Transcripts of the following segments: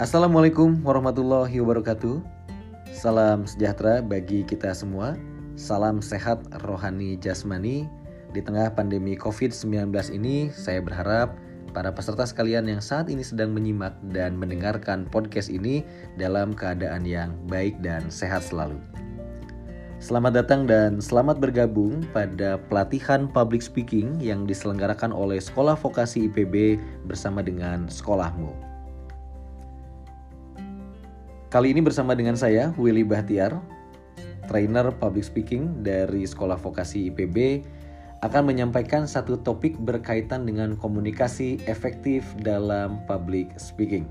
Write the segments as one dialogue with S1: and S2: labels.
S1: Assalamualaikum warahmatullahi wabarakatuh. Salam sejahtera bagi kita semua. Salam sehat rohani jasmani. Di tengah pandemi COVID-19 ini, saya berharap para peserta sekalian yang saat ini sedang menyimak dan mendengarkan podcast ini dalam keadaan yang baik dan sehat selalu. Selamat datang dan selamat bergabung pada pelatihan public speaking yang diselenggarakan oleh Sekolah Vokasi IPB bersama dengan Sekolahmu. Kali ini bersama dengan saya, Willy Bahtiar, trainer public speaking dari Sekolah Vokasi IPB, akan menyampaikan satu topik berkaitan dengan komunikasi efektif dalam public speaking.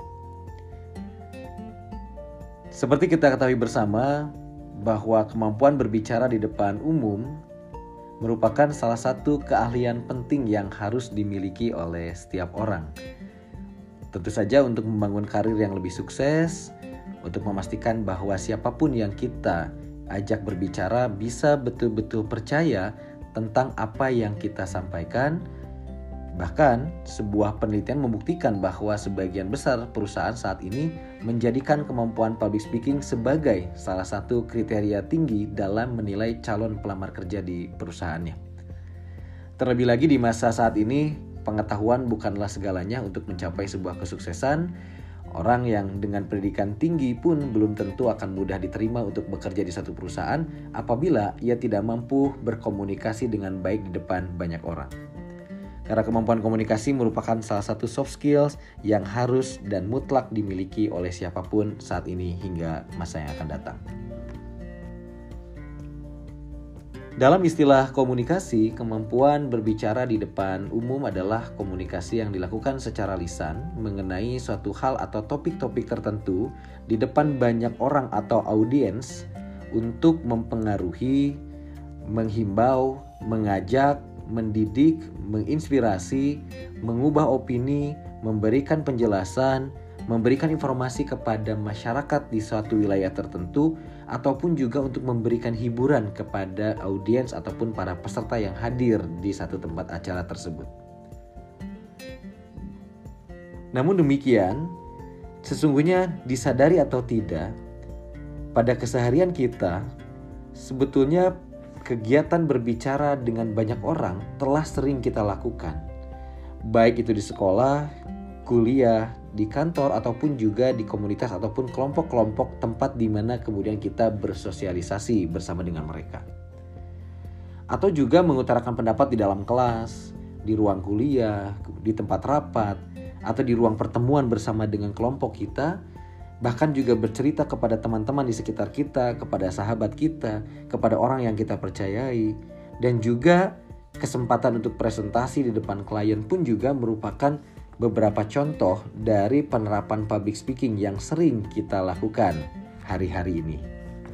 S1: Seperti kita ketahui bersama, bahwa kemampuan berbicara di depan umum merupakan salah satu keahlian penting yang harus dimiliki oleh setiap orang. Tentu saja untuk membangun karir yang lebih sukses, untuk memastikan bahwa siapapun yang kita ajak berbicara bisa betul-betul percaya tentang apa yang kita sampaikan. Bahkan sebuah penelitian membuktikan bahwa sebagian besar perusahaan saat ini menjadikan kemampuan public speaking sebagai salah satu kriteria tinggi dalam menilai calon pelamar kerja di perusahaannya. Terlebih lagi di masa saat ini, pengetahuan bukanlah segalanya untuk mencapai sebuah kesuksesan. Orang yang dengan pendidikan tinggi pun belum tentu akan mudah diterima untuk bekerja di satu perusahaan apabila ia tidak mampu berkomunikasi dengan baik di depan banyak orang. Karena kemampuan komunikasi merupakan salah satu soft skills yang harus dan mutlak dimiliki oleh siapapun saat ini hingga masa yang akan datang. Dalam istilah komunikasi, kemampuan berbicara di depan umum adalah komunikasi yang dilakukan secara lisan mengenai suatu hal atau topik-topik tertentu di depan banyak orang atau audiens untuk mempengaruhi, menghimbau, mengajak, mendidik, menginspirasi, mengubah opini, memberikan penjelasan, memberikan informasi kepada masyarakat di suatu wilayah tertentu, ataupun juga untuk memberikan hiburan kepada audiens ataupun para peserta yang hadir di satu tempat acara tersebut. Namun demikian, sesungguhnya disadari atau tidak, pada keseharian kita, sebetulnya kegiatan berbicara dengan banyak orang telah sering kita lakukan. Baik itu di sekolah, kuliah, di kantor, ataupun juga di komunitas ataupun kelompok-kelompok tempat di mana kemudian kita bersosialisasi bersama dengan mereka. Atau juga mengutarakan pendapat di dalam kelas, di ruang kuliah, di tempat rapat, atau di ruang pertemuan bersama dengan kelompok kita. Bahkan juga bercerita kepada teman-teman di sekitar kita, kepada sahabat kita, kepada orang yang kita percayai. Dan juga kesempatan untuk presentasi di depan klien pun juga merupakan beberapa contoh dari penerapan public speaking yang sering kita lakukan hari-hari ini.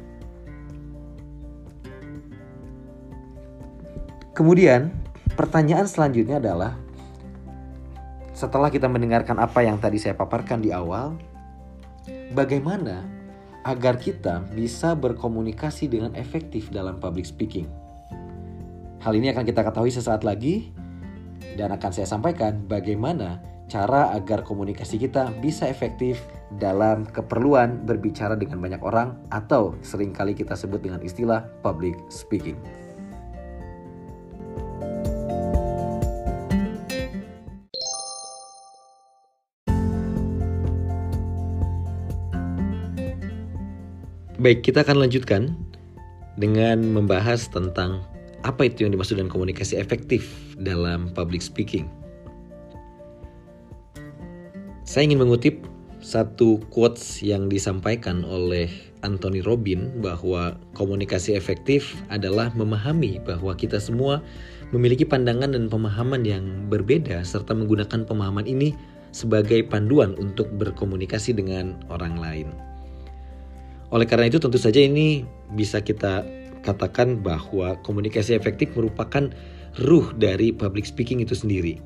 S1: Kemudian pertanyaan selanjutnya adalah, setelah kita mendengarkan apa yang tadi saya paparkan di awal, bagaimana agar kita bisa berkomunikasi dengan efektif dalam public speaking? Hal ini akan kita ketahui sesaat lagi dan akan saya sampaikan bagaimana cara agar komunikasi kita bisa efektif dalam keperluan berbicara dengan banyak orang atau seringkali kita sebut dengan istilah public speaking. Baik, kita akan lanjutkan dengan membahas tentang apa itu yang dimaksud dengan komunikasi efektif dalam public speaking. Saya ingin mengutip satu quotes yang disampaikan oleh Anthony Robbins bahwa komunikasi efektif adalah memahami bahwa kita semua memiliki pandangan dan pemahaman yang berbeda serta menggunakan pemahaman ini sebagai panduan untuk berkomunikasi dengan orang lain. Oleh karena itu tentu saja ini bisa kita katakan bahwa komunikasi efektif merupakan ruh dari public speaking itu sendiri.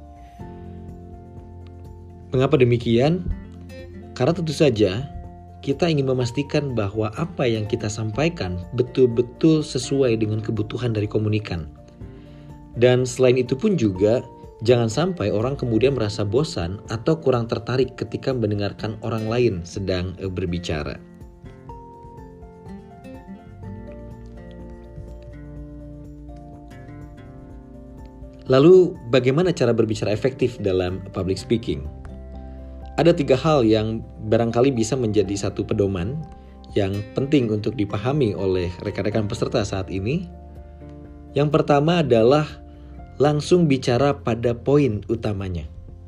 S1: Mengapa demikian? Karena tentu saja kita ingin memastikan bahwa apa yang kita sampaikan betul-betul sesuai dengan kebutuhan dari komunikan. Dan selain itu pun juga Jangan sampai orang kemudian merasa bosan atau kurang tertarik ketika mendengarkan orang lain sedang berbicara. Lalu, bagaimana cara berbicara efektif dalam public speaking? Ada 3 hal yang barangkali bisa menjadi satu pedoman yang penting untuk dipahami oleh rekan-rekan peserta saat ini. Yang pertama adalah langsung bicara pada poin utamanya.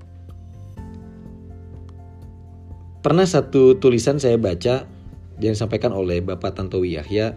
S1: Pernah satu tulisan saya baca yang disampaikan oleh Bapak Tantowi Yahya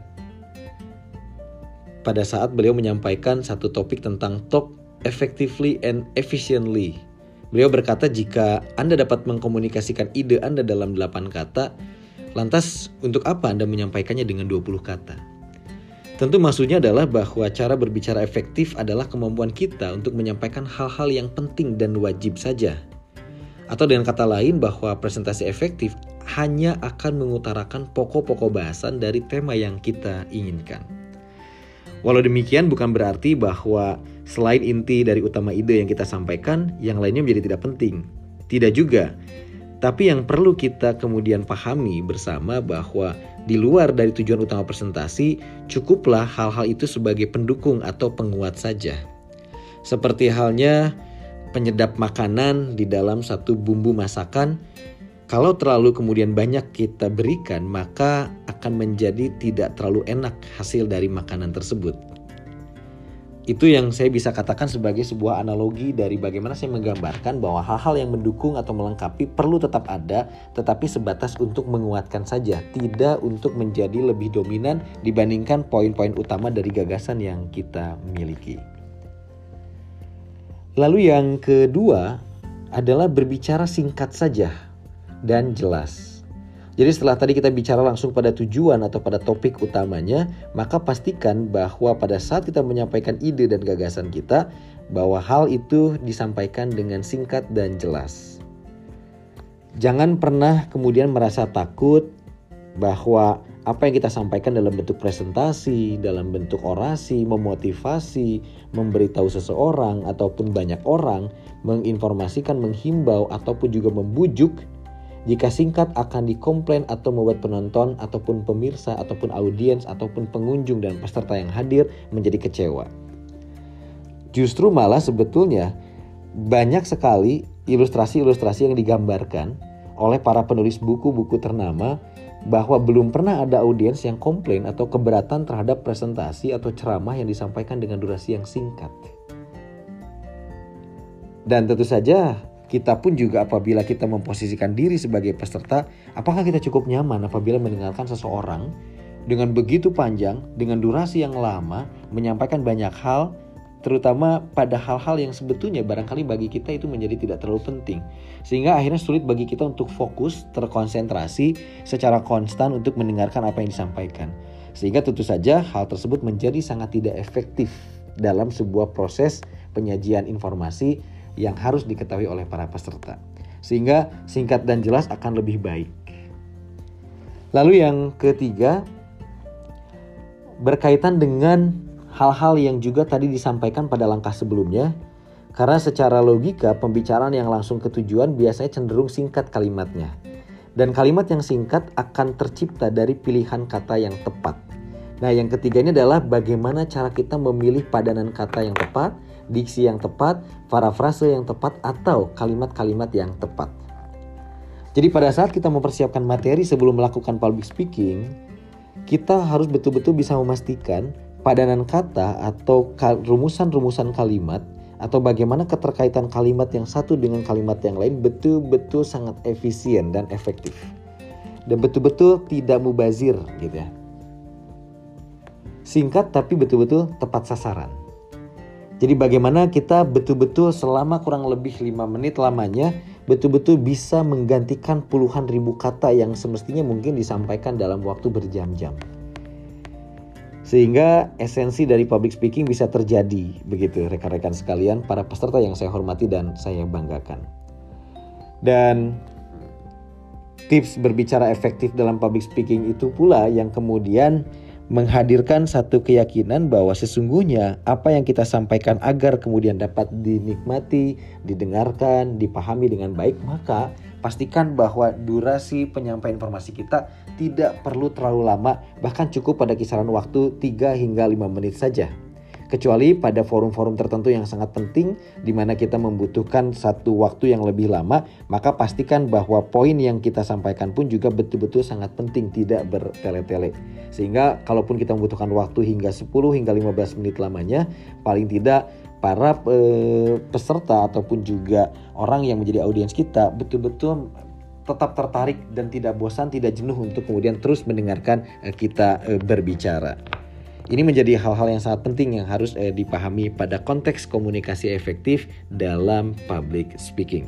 S1: pada saat beliau menyampaikan satu topik tentang talk effectively and efficiently. Beliau berkata, jika Anda dapat mengkomunikasikan ide Anda dalam 8 kata, lantas untuk apa Anda menyampaikannya dengan 20 kata? Tentu maksudnya adalah bahwa cara berbicara efektif adalah kemampuan kita untuk menyampaikan hal-hal yang penting dan wajib saja. Atau dengan kata lain, bahwa presentasi efektif hanya akan mengutarakan pokok-pokok bahasan dari tema yang kita inginkan. Walau demikian bukan berarti bahwa selain inti dari utama ide yang kita sampaikan, yang lainnya menjadi tidak penting. Tidak juga. Tapi yang perlu kita kemudian pahami bersama bahwa di luar dari tujuan utama presentasi, cukuplah hal-hal itu sebagai pendukung atau penguat saja. Seperti halnya penyedap makanan di dalam satu bumbu masakan, kalau terlalu kemudian banyak kita berikan, maka akan menjadi tidak terlalu enak hasil dari makanan tersebut. Itu yang saya bisa katakan sebagai sebuah analogi dari bagaimana saya menggambarkan bahwa hal-hal yang mendukung atau melengkapi perlu tetap ada, tetapi sebatas untuk menguatkan saja, tidak untuk menjadi lebih dominan dibandingkan poin-poin utama dari gagasan yang kita miliki. Lalu yang kedua adalah berbicara singkat saja dan jelas. Jadi setelah tadi kita bicara langsung pada tujuan atau pada topik utamanya, maka pastikan bahwa pada saat kita menyampaikan ide dan gagasan kita, bahwa hal itu disampaikan dengan singkat dan jelas. Jangan pernah kemudian merasa takut bahwa apa yang kita sampaikan dalam bentuk presentasi, dalam bentuk orasi, memotivasi, memberitahu seseorang ataupun banyak orang, menginformasikan, menghimbau ataupun juga membujuk, jika singkat akan dikomplain atau membuat penonton ataupun pemirsa ataupun audiens ataupun pengunjung dan peserta yang hadir menjadi kecewa. Justru malah sebetulnya banyak sekali ilustrasi-ilustrasi yang digambarkan oleh para penulis buku-buku ternama bahwa belum pernah ada audiens yang komplain atau keberatan terhadap presentasi atau ceramah yang disampaikan dengan durasi yang singkat. Dan tentu saja kita pun juga apabila kita memposisikan diri sebagai peserta, apakah kita cukup nyaman apabila mendengarkan seseorang dengan begitu panjang, dengan durasi yang lama, menyampaikan banyak hal, terutama pada hal-hal yang sebetulnya barangkali bagi kita itu menjadi tidak terlalu penting. Sehingga akhirnya sulit bagi kita untuk fokus, terkonsentrasi secara konstan untuk mendengarkan apa yang disampaikan. Sehingga tentu saja hal tersebut menjadi sangat tidak efektif dalam sebuah proses penyajian informasi yang harus diketahui oleh para peserta. Sehingga singkat dan jelas akan lebih baik. Lalu yang ketiga, berkaitan dengan hal-hal yang juga tadi disampaikan pada langkah sebelumnya. Karena secara logika pembicaraan yang langsung ke tujuan biasanya cenderung singkat kalimatnya. Dan kalimat yang singkat akan tercipta dari pilihan kata yang tepat. Nah, yang ketiga ini adalah bagaimana cara kita memilih padanan kata yang tepat, diksi yang tepat, parafrase yang tepat, atau kalimat-kalimat yang tepat. Jadi pada saat kita mempersiapkan materi sebelum melakukan public speaking, kita harus betul-betul bisa memastikan padanan kata atau rumusan-rumusan kalimat atau bagaimana keterkaitan kalimat yang satu dengan kalimat yang lain betul-betul sangat efisien dan efektif. Dan betul-betul tidak mubazir gitu ya. Singkat tapi betul-betul tepat sasaran. Jadi bagaimana kita betul-betul selama kurang lebih 5 menit lamanya betul-betul bisa menggantikan puluhan ribu kata yang semestinya mungkin disampaikan dalam waktu berjam-jam. Sehingga esensi dari public speaking bisa terjadi, begitu rekan-rekan sekalian, para peserta yang saya hormati dan saya banggakan. Dan tips berbicara efektif dalam public speaking itu pula yang kemudian menghadirkan satu keyakinan bahwa sesungguhnya apa yang kita sampaikan agar kemudian dapat dinikmati, didengarkan, dipahami dengan baik, maka pastikan bahwa durasi penyampaian informasi kita tidak perlu terlalu lama, bahkan cukup pada kisaran waktu 3 hingga 5 menit saja. Kecuali pada forum-forum tertentu yang sangat penting di mana kita membutuhkan satu waktu yang lebih lama, maka pastikan bahwa poin yang kita sampaikan pun juga betul-betul sangat penting, tidak bertele-tele. Sehingga kalaupun kita membutuhkan waktu hingga 10 hingga 15 menit lamanya, paling tidak para peserta ataupun juga orang yang menjadi audiens kita betul-betul tetap tertarik dan tidak bosan, tidak jenuh untuk kemudian terus mendengarkan kita berbicara. Ini menjadi hal-hal yang sangat penting yang harus dipahami pada konteks komunikasi efektif dalam public speaking.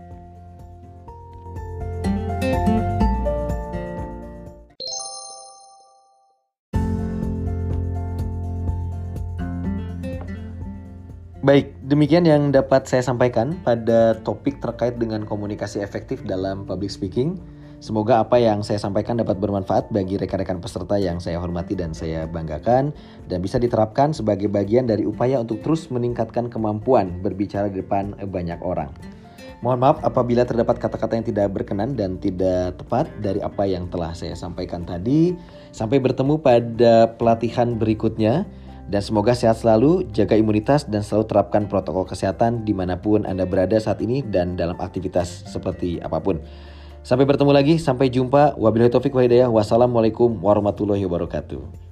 S1: Baik, demikian yang dapat saya sampaikan pada topik terkait dengan komunikasi efektif dalam public speaking. Semoga apa yang saya sampaikan dapat bermanfaat bagi rekan-rekan peserta yang saya hormati dan saya banggakan, dan bisa diterapkan sebagai bagian dari upaya untuk terus meningkatkan kemampuan berbicara di depan banyak orang. Mohon maaf apabila terdapat kata-kata yang tidak berkenan dan tidak tepat dari apa yang telah saya sampaikan tadi. Sampai bertemu pada pelatihan berikutnya, dan semoga sehat selalu, jaga imunitas, dan selalu terapkan protokol kesehatan dimanapun Anda berada saat ini dan dalam aktivitas seperti apapun. Sampai bertemu lagi, sampai jumpa. Wabillahi taufiq wal hidayah. Wassalamualaikum warahmatullahi wabarakatuh.